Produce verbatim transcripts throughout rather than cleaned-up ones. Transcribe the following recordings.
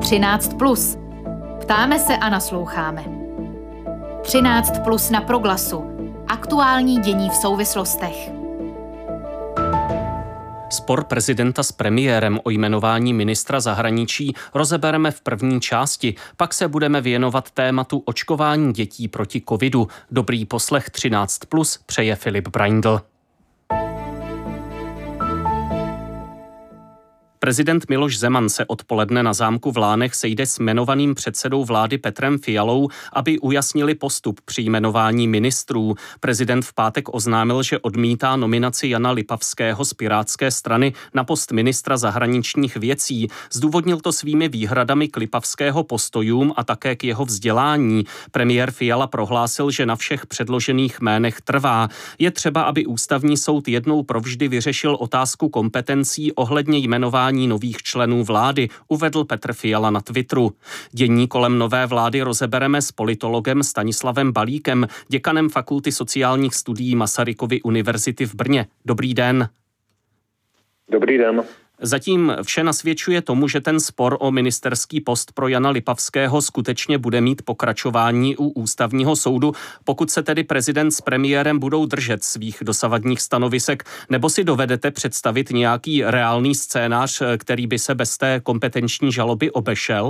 třináct plus. Ptáme se a nasloucháme. třináct plus na Proglasu. Aktuální dění v souvislostech. Spor prezidenta s premiérem o jmenování ministra zahraničí rozebereme v první části, pak se budeme věnovat tématu očkování dětí proti covidu. Dobrý poslech třináct plus přeje Filip Braindl. Prezident Miloš Zeman se odpoledne na zámku v Lánech sejde s jmenovaným předsedou vlády Petrem Fialou, aby ujasnili postup při jmenování ministrů. Prezident v pátek oznámil, že odmítá nominaci Jana Lipavského z Pirátské strany na post ministra zahraničních věcí. Zdůvodnil to svými výhradami k Lipavského postojům a také k jeho vzdělání. Premiér Fiala prohlásil, že na všech předložených jménech trvá. Je třeba, aby ústavní soud jednou provždy vyřešil otázku kompetencí ohledně jmenování nových členů vlády, uvedl Petr Fiala na Twitteru. Dění kolem nové vlády rozebereme s politologem Stanislavem Balíkem, děkanem Fakulty sociálních studií Masarykovy univerzity v Brně. Dobrý den. Dobrý den. Zatím vše nasvědčuje tomu, že ten spor o ministerský post pro Jana Lipavského skutečně bude mít pokračování u ústavního soudu, pokud se tedy prezident s premiérem budou držet svých dosavadních stanovisek, nebo si dovedete představit nějaký reálný scénář, který by se bez té kompetenční žaloby obešel?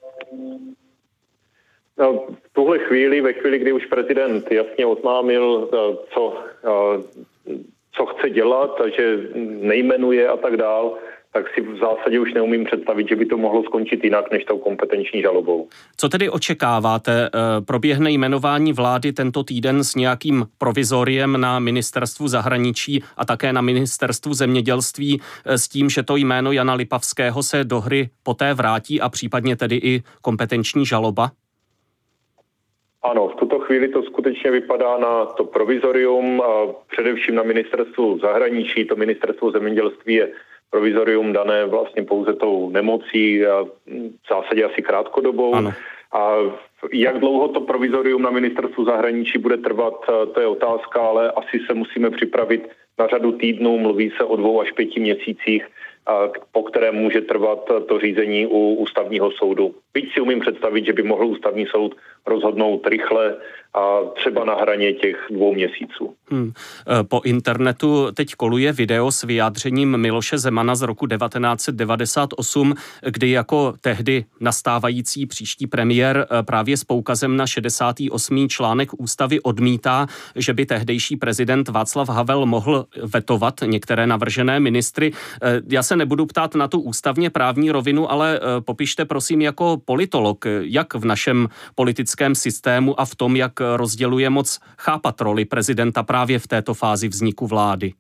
No, v tuhle chvíli, ve chvíli, kdy už prezident jasně oznámil, co, co chce dělat a že nejmenuje a tak dál, tak si v zásadě už neumím představit, že by to mohlo skončit jinak než tou kompetenční žalobou. Co tedy očekáváte? Proběhne jmenování vlády tento týden s nějakým provizoriem na ministerstvu zahraničí a také na ministerstvu zemědělství s tím, že to jméno Jana Lipavského se do hry poté vrátí a případně tedy i kompetenční žaloba? Ano, v tuto chvíli to skutečně vypadá na to provizorium, a především na ministerstvu zahraničí. To ministerstvo zemědělství je provizorium dané vlastně pouze tou nemocí, a v zásadě asi krátkodobou. Ano. A jak dlouho to provizorium na ministerstvu zahraničí bude trvat, to je otázka, ale asi se musíme připravit na řadu týdnů. Mluví se o dvou až pěti měsících, po které může trvat to řízení u ústavního soudu. Byť si umím představit, že by mohl ústavní soud rozhodnout rychle a třeba na hraně těch dvou měsíců. Hmm. Po internetu teď koluje video s vyjádřením Miloše Zemana z roku devatenáct set devadesát osm, kdy jako tehdy nastávající příští premiér právě s poukazem na šedesátý osmý článek ústavy odmítá, že by tehdejší prezident Václav Havel mohl vetovat některé navržené ministry. Já se nebudu ptát na tu ústavně právní rovinu, ale popište prosím jako politolog, jak v našem politickém systému a v tom, jak rozděluje moc, chápat roli prezidenta právě v této fázi vzniku vlády.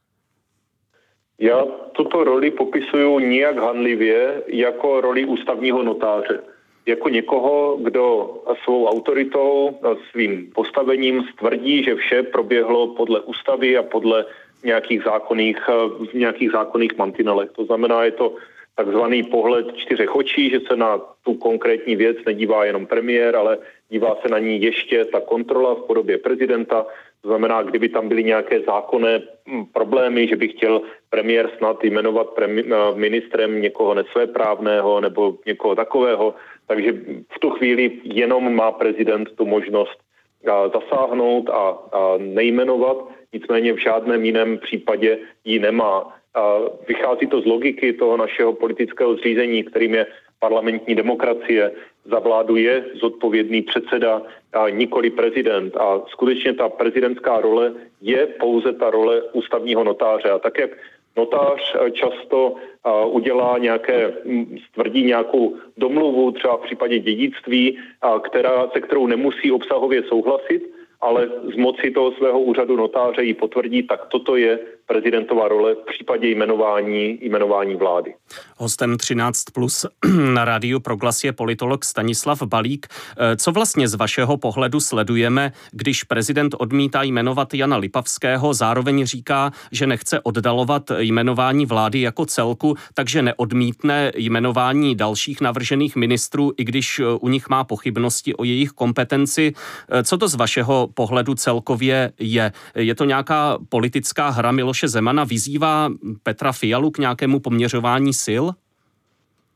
Já tuto roli popisuju nijak hanlivě jako roli ústavního notáře. Jako někoho, kdo svou autoritou, svým postavením stvrdí, že vše proběhlo podle ústavy a podle nějakých zákonných, nějakých zákonných mantinelech. To znamená, je to takzvaný pohled čtyřech očí, že se na tu konkrétní věc nedívá jenom premiér, ale dívá se na ní ještě ta kontrola v podobě prezidenta. To znamená, kdyby tam byly nějaké zákonné problémy, že by chtěl premiér snad jmenovat premi- ministrem někoho nesvéprávného nebo někoho takového, takže v tu chvíli jenom má prezident tu možnost zasáhnout a, a nejmenovat, nicméně v žádném jiném případě ji nemá. A vychází to z logiky toho našeho politického zřízení, kterým je parlamentní demokracie. Za vládu je zodpovědný předseda a nikoli prezident. A skutečně ta prezidentská role je pouze ta role ústavního notáře. A tak jak notář často udělá nějaké, stvrdí nějakou domluvu, třeba v případě dědictví, která, se kterou nemusí obsahově souhlasit, ale z moci toho svého úřadu notáře ji potvrdí, tak toto je prezidentova role v případě jmenování, jmenování vlády. Hostem třináct plus na rádiu Proglas je politolog Stanislav Balík. Co vlastně z vašeho pohledu sledujeme, když prezident odmítá jmenovat Jana Lipavského, zároveň říká, že nechce oddalovat jmenování vlády jako celku, takže neodmítne jmenování dalších navržených ministrů, i když u nich má pochybnosti o jejich kompetenci. Co to z vašeho pohledu celkově je? Je to nějaká politická hra Miloše Zemana? Vyzývá Petra Fialu k nějakému poměřování sil?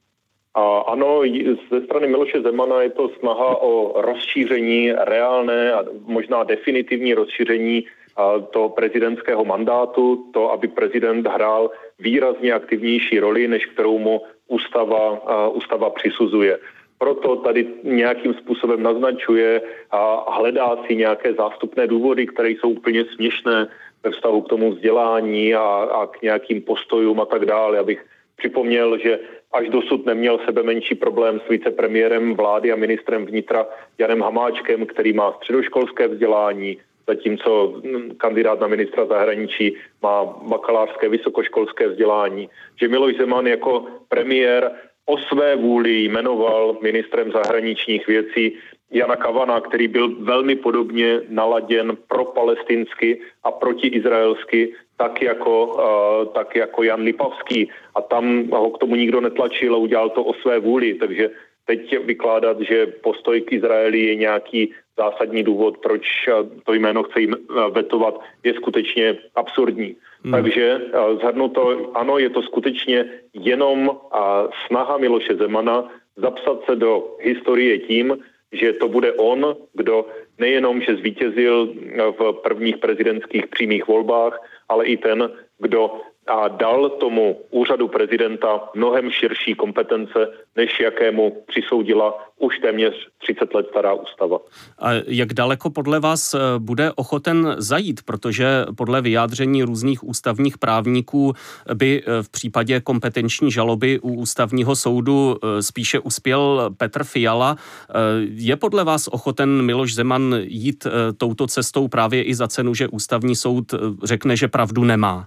A ano, ze strany Miloše Zemana je to snaha o rozšíření, reálné a možná definitivní rozšíření toho prezidentského mandátu, to, aby prezident hrál výrazně aktivnější roli, než kterou mu ústava, ústava přisuzuje. Proto tady nějakým způsobem naznačuje a hledá si nějaké zástupné důvody, které jsou úplně směšné ve vztahu k tomu vzdělání a, a k nějakým postojům a tak dále. Já bych připomněl, že až dosud neměl sebe menší problém s vicepremiérem vlády a ministrem vnitra Janem Hamáčkem, který má středoškolské vzdělání, zatímco kandidát na ministra zahraničí má bakalářské vysokoškolské vzdělání. Že Miloš Zeman jako premiér o své vůli jmenoval ministrem zahraničních věcí Jana Kavana, který byl velmi podobně naladěn propalestinsky a protiizraelsky, tak jako, uh, tak jako Jan Lipavský. A tam ho k tomu nikdo netlačil a udělal to o své vůli. Takže teď vykládat, že postoj k Izraeli je nějaký zásadní důvod, proč to jméno chce jim vetovat, je skutečně absurdní. Hmm. Takže shrnuto, ano, je to skutečně jenom snaha Miloše Zemana zapsat se do historie tím, že to bude on, kdo nejenom, že zvítězil v prvních prezidentských přímých volbách, ale i ten, kdo a dal tomu úřadu prezidenta mnohem širší kompetence, než jakému přisoudila už téměř třicet let stará ústava. A jak daleko podle vás bude ochoten zajít? Protože podle vyjádření různých ústavních právníků by v případě kompetenční žaloby u ústavního soudu spíše uspěl Petr Fiala. Je podle vás ochoten Miloš Zeman jít touto cestou právě i za cenu, že ústavní soud řekne, že pravdu nemá?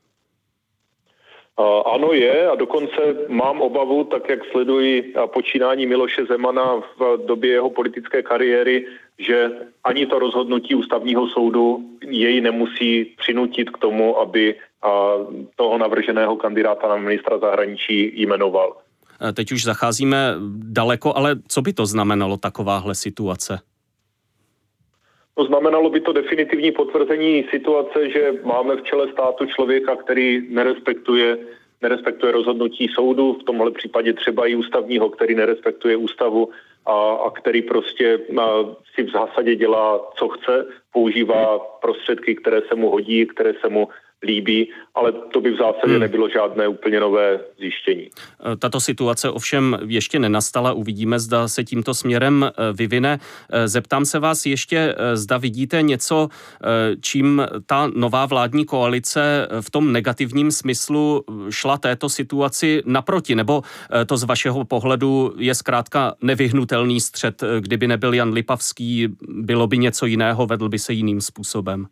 Ano je a dokonce mám obavu, tak jak sleduji počínání Miloše Zemana v době jeho politické kariéry, že ani to rozhodnutí ústavního soudu jej nemusí přinutit k tomu, aby toho navrženého kandidáta na ministra zahraničí jmenoval. Teď už zacházíme daleko, ale co by to znamenalo takováhle situace? No, znamenalo by to definitivní potvrzení situace, že máme v čele státu člověka, který nerespektuje, nerespektuje rozhodnutí soudu, v tomhle případě třeba i ústavního, který nerespektuje ústavu a, a který prostě a, si v zásadě dělá, co chce, používá prostředky, které se mu hodí, které se mu líbí, ale to by v zásadě nebylo žádné úplně nové zjištění. Tato situace ovšem ještě nenastala, uvidíme, zda se tímto směrem vyvine. Zeptám se vás ještě, zda vidíte něco, čím ta nová vládní koalice v tom negativním smyslu šla této situaci naproti, nebo to z vašeho pohledu je zkrátka nevyhnutelný střet, kdyby nebyl Jan Lipavský, bylo by něco jiného, vedl by se jiným způsobem?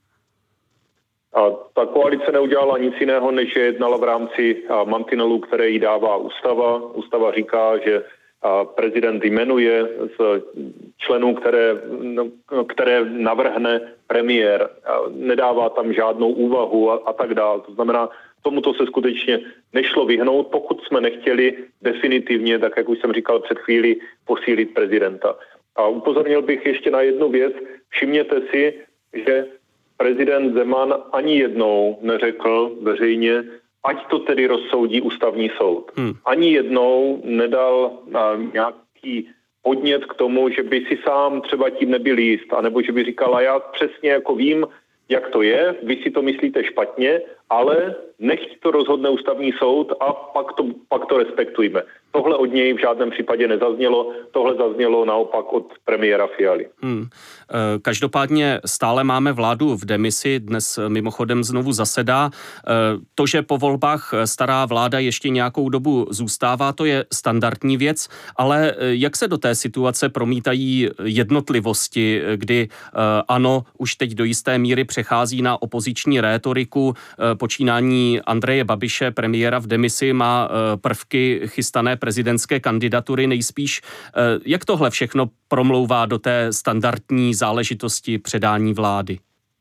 A ta koalice neudělala nic jiného, než že jednala v rámci mantinelů, které jí dává ústava. Ústava říká, že prezident jmenuje z členů, které, které navrhne premiér. Nedává tam žádnou úvahu a, a tak dále. To znamená, tomuto se skutečně nešlo vyhnout, pokud jsme nechtěli definitivně, tak jak už jsem říkal před chvíli, posílit prezidenta. A upozornil bych ještě na jednu věc. Všimněte si, že prezident Zeman ani jednou neřekl veřejně, ať to tedy rozsoudí ústavní soud. Hmm. Ani jednou nedal nějaký podnět k tomu, že by si sám třeba tím nebyl jist, anebo že by říkala, já přesně jako vím, jak to je, vy si to myslíte špatně, ale nechť to rozhodne ústavní soud a pak to, pak to respektujme. Tohle od něj v žádném případě nezaznělo, tohle zaznělo naopak od premiéra Fialy. Hmm. Každopádně stále máme vládu v demisi, dnes mimochodem znovu zasedá. To, že po volbách stará vláda ještě nějakou dobu zůstává, to je standardní věc, ale jak se do té situace promítají jednotlivosti, kdy ANO už teď do jisté míry přechází na opoziční rétoriku, počínání Andreje Babiše, premiéra v demisi, má prvky chystané prezidentské kandidatury nejspíš. Jak tohle všechno promlouvá do té standardní záležitosti předání vlády?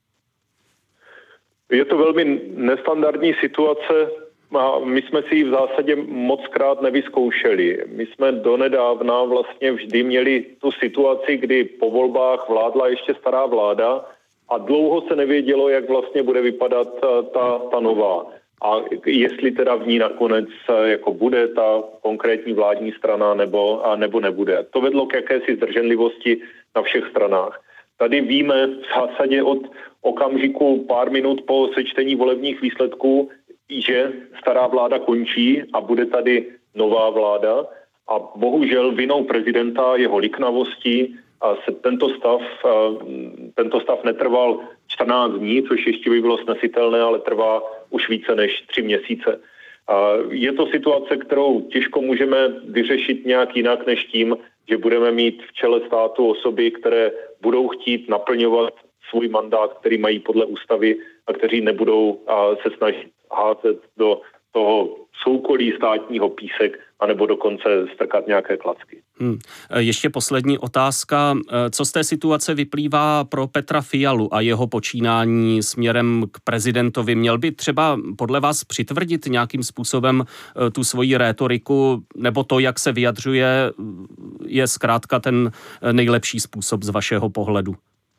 Je to velmi nestandardní situace a my jsme si ji v zásadě mockrát nevyzkoušeli. My jsme donedávna vlastně vždy měli tu situaci, kdy po volbách vládla ještě stará vláda a dlouho se nevědělo, jak vlastně bude vypadat ta, ta nová. a jestli teda v ní nakonec jako bude ta konkrétní vládní strana nebo, a nebo nebude. To vedlo k jakési zdrženlivosti na všech stranách. Tady víme v zásadě od okamžiku pár minut po sečtení volebních výsledků, že stará vláda končí a bude tady nová vláda a bohužel vinou prezidenta, jeho liknavostí a se tento stav, tento stav netrval čtrnáct dní, což ještě by bylo snesitelné, ale trvá už více než tři měsíce. Je to situace, kterou těžko můžeme vyřešit nějak jinak než tím, že budeme mít v čele státu osoby, které budou chtít naplňovat svůj mandát, který mají podle ústavy a kteří nebudou se snažit házet do toho soukolí státního písek anebo dokonce strkat nějaké klacky. Hmm. Ještě poslední otázka. Co z té situace vyplývá pro Petra Fialu a jeho počínání směrem k prezidentovi? Měl by třeba podle vás přitvrdit nějakým způsobem tu svoji rétoriku, nebo to, jak se vyjadřuje, je zkrátka ten nejlepší způsob z vašeho pohledu?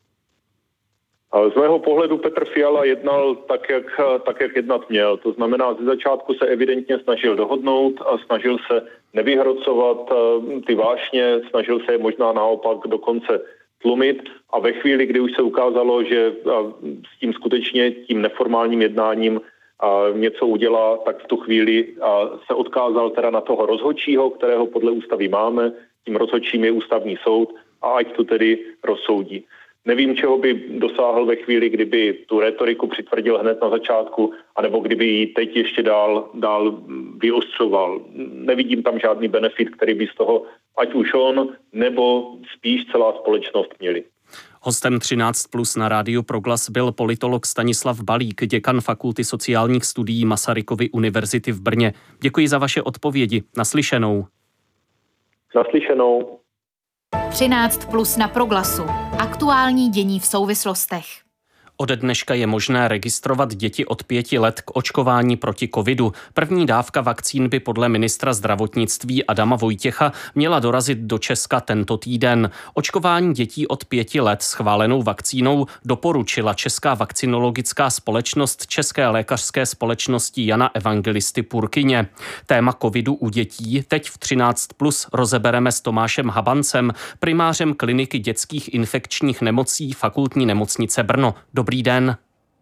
Z mého pohledu Petr Fiala jednal tak jak, tak, jak jednat měl. To znamená, ze začátku se evidentně snažil dohodnout a snažil se nevyhrocovat ty vášně, snažil se je možná naopak dokonce tlumit a ve chvíli, kdy už se ukázalo, že s tím skutečně tím neformálním jednáním něco udělá, tak v tu chvíli se odkázal teda na toho rozhodčího, kterého podle ústavy máme. Tím rozhodčím je ústavní soud a ať to tedy rozsoudí. Nevím, čeho by dosáhl ve chvíli, kdyby tu retoriku přitvrdil hned na začátku, anebo kdyby ji teď ještě dál, dál vyostřoval. Nevidím tam žádný benefit, který by z toho ať už on, nebo spíš celá společnost měli. Hostem třináct plus na Rádiu Proglas byl politolog Stanislav Balík, děkan Fakulty sociálních studií Masarykovy univerzity v Brně. Děkuji za vaše odpovědi. Naslyšenou. Naslyšenou. třináct plus na Proglasu. Aktuální dění v souvislostech. Ode dneška je možné registrovat děti od pěti let k očkování proti covidu. První dávka vakcín by podle ministra zdravotnictví Adama Vojtěcha měla dorazit do Česka tento týden. Očkování dětí od pěti let schválenou vakcínou doporučila Česká vakcinologická společnost České lékařské společnosti Jana Evangelisty Purkyně. Téma covidu u dětí teď v třináct plus rozebereme s Tomášem Habancem, primářem kliniky dětských infekčních nemocí Fakultní nemocnice Brno. Dobrý den.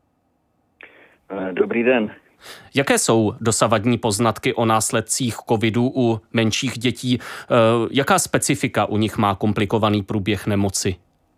Dobrý den. Jaké jsou dosavadní poznatky o následcích covidu u menších dětí? Jaká specifika u nich má komplikovaný průběh nemoci?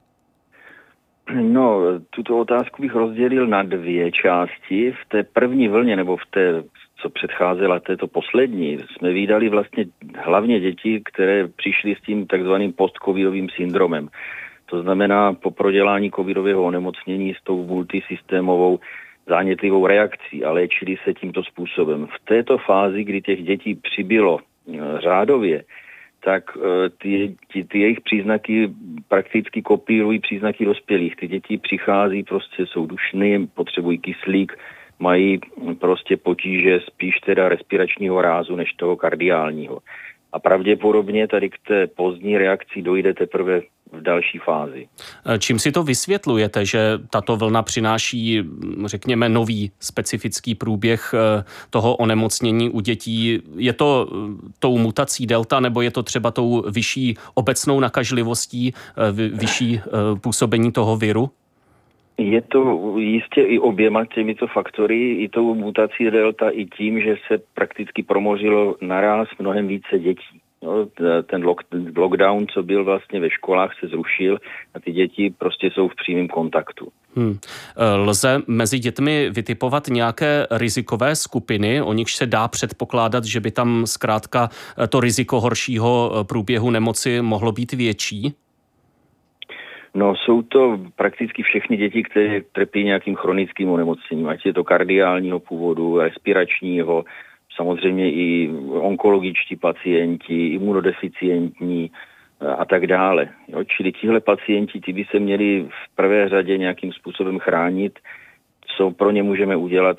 No, tuto otázku bych rozdělil na dvě části. V té první vlně, nebo v té, co předcházela této poslední, jsme viděli vlastně hlavně děti, které přišly s tím takzvaným postcovidovým syndromem. To znamená po prodělání covidového onemocnění s tou multisystémovou zánětlivou reakcí a léčili se tímto způsobem. V této fázi, kdy těch dětí přibylo řádově, tak ty, ty, ty jejich příznaky prakticky kopírují příznaky dospělých. Ty děti přichází, prostě jsou dušné, potřebují kyslík, mají prostě potíže spíš teda respiračního rázu než toho kardiálního. A pravděpodobně tady k té pozdní reakci dojde teprve v další fázi. Čím si to vysvětlujete, že tato vlna přináší, řekněme, nový specifický průběh toho onemocnění u dětí? Je to tou mutací delta, nebo je to třeba tou vyšší obecnou nakažlivostí, vyšší působení toho viru? Je to jistě i oběma těmito faktory, i tou mutací delta, i tím, že se prakticky promořilo naráz mnohem více dětí. No, ten lock, lockdown, co byl vlastně ve školách, se zrušil a ty děti prostě jsou v přímém kontaktu. Hmm. Lze mezi dětmi vytipovat nějaké rizikové skupiny, o nichž se dá předpokládat, že by tam zkrátka to riziko horšího průběhu nemoci mohlo být větší? No, jsou to prakticky všechny děti, které trpí nějakým chronickým onemocněním, ať je to kardiálního původu, respiračního, samozřejmě i onkologičtí pacienti, imunodeficientní a tak dále. Jo, čili tihle pacienti, ty by se měli v prvé řadě nějakým způsobem chránit. Co pro ně můžeme udělat, je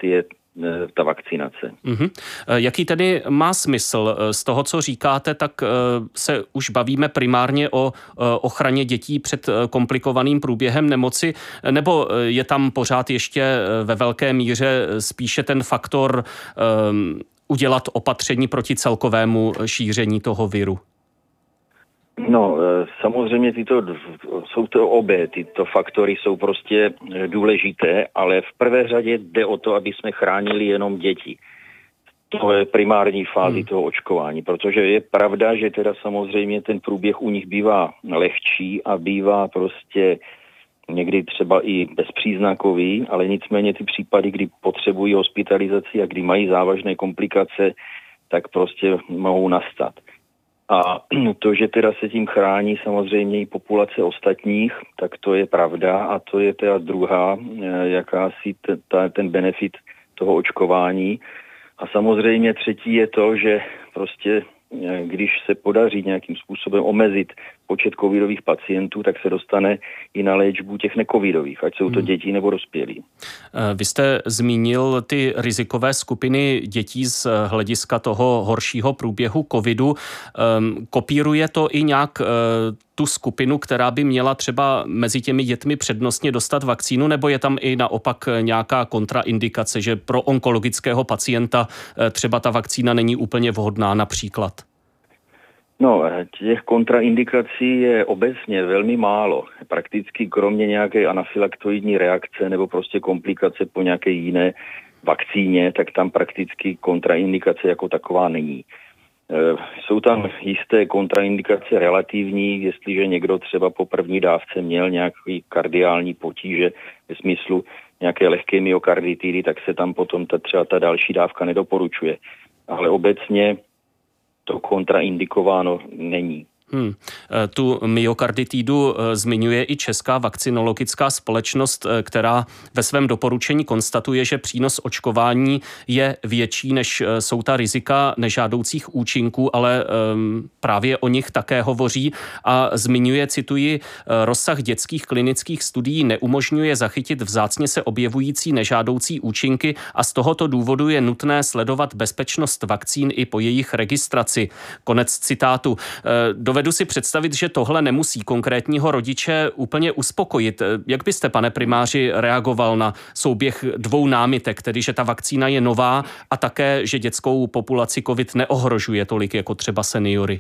ta vakcinace. Mm-hmm. Jaký tedy má smysl? Z toho, co říkáte, tak se už bavíme primárně o ochraně dětí před komplikovaným průběhem nemoci, nebo je tam pořád ještě ve velké míře spíše ten faktor um, udělat opatření proti celkovému šíření toho viru? No, samozřejmě tyto, jsou to obě, tyto faktory jsou prostě důležité, ale v prvé řadě jde o to, aby jsme chránili jenom děti. To je primární fázi hmm. toho očkování, protože je pravda, že teda samozřejmě ten průběh u nich bývá lehčí a bývá prostě někdy třeba i bezpříznakový, ale nicméně ty případy, kdy potřebují hospitalizaci a kdy mají závažné komplikace, tak prostě mohou nastat. A to, že teda se tím chrání samozřejmě i populace ostatních, tak to je pravda a to je teda druhá, jakási t- ten benefit toho očkování. A samozřejmě třetí je to, že prostě když se podaří nějakým způsobem omezit počet covidových pacientů, tak se dostane i na léčbu těch necovidových, ať jsou to děti nebo dospělí. Vy jste zmínil ty rizikové skupiny dětí z hlediska toho horšího průběhu covidu. Kopíruje to i nějak tu skupinu, která by měla třeba mezi těmi dětmi přednostně dostat vakcínu, nebo je tam i naopak nějaká kontraindikace, že pro onkologického pacienta třeba ta vakcína není úplně vhodná například? No, těch kontraindikací je obecně velmi málo. Prakticky kromě nějaké anafylaktoidní reakce nebo prostě komplikace po nějaké jiné vakcíně, tak tam prakticky kontraindikace jako taková není. Jsou tam jisté kontraindikace relativní, jestliže někdo třeba po první dávce měl nějaký kardiální potíže ve smyslu nějaké lehké myokarditidy, tak se tam potom ta, třeba ta další dávka nedoporučuje. Ale obecně to kontraindikováno není. Hmm. Tu myokarditidu zmiňuje i Česká vakcinologická společnost, která ve svém doporučení konstatuje, že přínos očkování je větší, než jsou ta rizika nežádoucích účinků, ale um, právě o nich také hovoří a zmiňuje, cituji, rozsah dětských klinických studií neumožňuje zachytit vzácně se objevující nežádoucí účinky a z tohoto důvodu je nutné sledovat bezpečnost vakcín i po jejich registraci. Konec citátu. Dovedu si představit, že tohle nemusí konkrétního rodiče úplně uspokojit. Jak byste, pane primáři, reagoval na souběh dvou námitek, tedy že ta vakcína je nová a také, že dětskou populaci COVID neohrožuje tolik jako třeba seniory?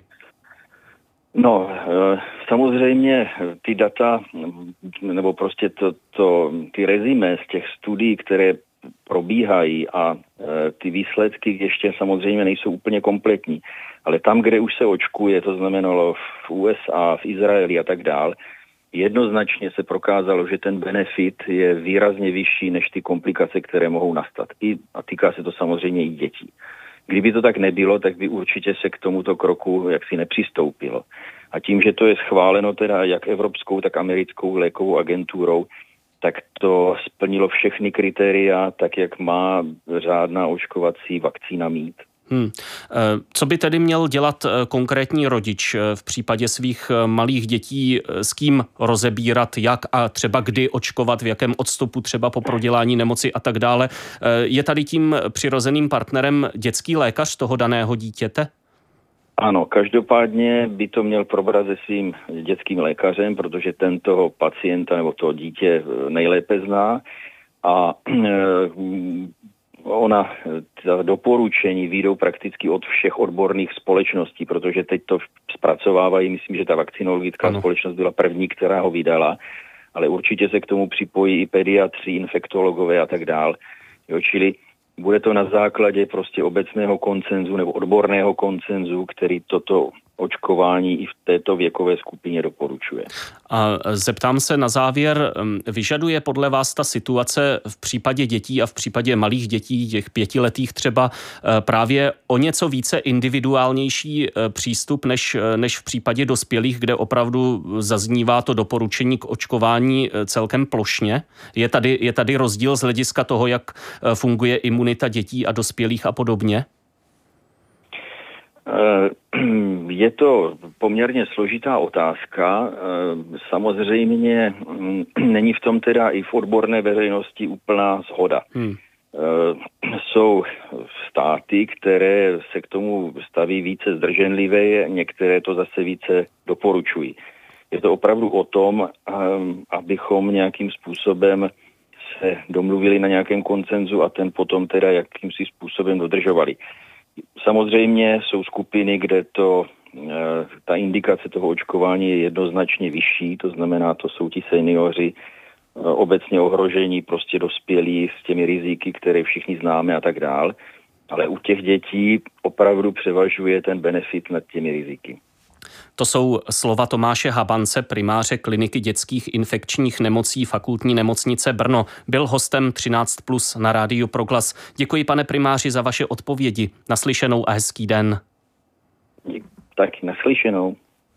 No, samozřejmě ty data, nebo prostě to, to, ty rezime z těch studií, které probíhají a ty výsledky ještě samozřejmě nejsou úplně kompletní. Ale tam, kde už se očkuje, to znamenalo v U S A, v Izraeli a tak dál, jednoznačně se prokázalo, že ten benefit je výrazně vyšší než ty komplikace, které mohou nastat. I, a týká se to samozřejmě i dětí. Kdyby to tak nebylo, tak by určitě se k tomuto kroku jaksi nepřistoupilo. A tím, že to je schváleno teda jak evropskou, tak americkou lékovou agenturou, tak to splnilo všechny kritéria, tak jak má řádná očkovací vakcína mít. Hmm. Co by tedy měl dělat konkrétní rodič v případě svých malých dětí, s kým rozebírat, jak a třeba kdy očkovat, v jakém odstupu třeba po prodělání nemoci a tak dále? Je tady tím přirozeným partnerem dětský lékař toho daného dítěte? Ano, každopádně by to měl probrat se svým dětským lékařem, protože ten toho pacienta nebo toho dítě nejlépe zná a ona, ta doporučení vyjdou prakticky od všech odborných společností, protože teď to zpracovávají, myslím, že ta vakcinologická ano. společnost byla první, která ho vydala, ale určitě se k tomu připojí i pediatři, infektologové a tak dál. Jo, čili bude to na základě prostě obecného konsenzu nebo odborného konsenzu, který toto očkování i v této věkové skupině doporučuje. A zeptám se na závěr, vyžaduje podle vás ta situace v případě dětí a v případě malých dětí, těch pětiletých třeba, právě o něco více individuálnější přístup než, než v případě dospělých, kde opravdu zaznívá to doporučení k očkování celkem plošně? Je tady, je tady rozdíl z hlediska toho, jak funguje imunita dětí a dospělých a podobně? Je to poměrně složitá otázka. Samozřejmě není v tom teda i v odborné veřejnosti úplná shoda. Hmm. jsou státy, které se k tomu staví více zdrženlivé, některé to zase více doporučují. Je to opravdu o tom, abychom nějakým způsobem se domluvili na nějakém konsenzu a ten potom teda jakýmsi způsobem dodržovali. Samozřejmě jsou skupiny, kde to, ta indikace toho očkování je jednoznačně vyšší, to znamená, to jsou ti seniori, obecně ohrožení, prostě dospělí s těmi riziky, které všichni známe a tak dál. Ale u těch dětí opravdu převažuje ten benefit nad těmi riziky. To jsou slova Tomáše Habance, primáře kliniky dětských infekčních nemocí Fakultní nemocnice Brno. Byl hostem třináct plus na Rádiu Proglas. Děkuji, pane primáři, za vaše odpovědi. Naslyšenou a hezký den. Tak, naslyšenou.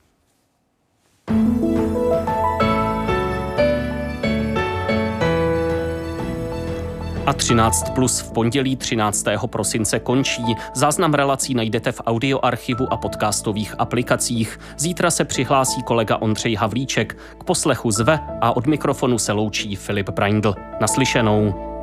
A třináct plus v pondělí třináctého prosince končí. Záznam relací najdete v audioarchivu a podcastových aplikacích. Zítra se přihlásí kolega Ondřej Havlíček. K poslechu zve a od mikrofonu se loučí Filip Braindl. Naslyšenou.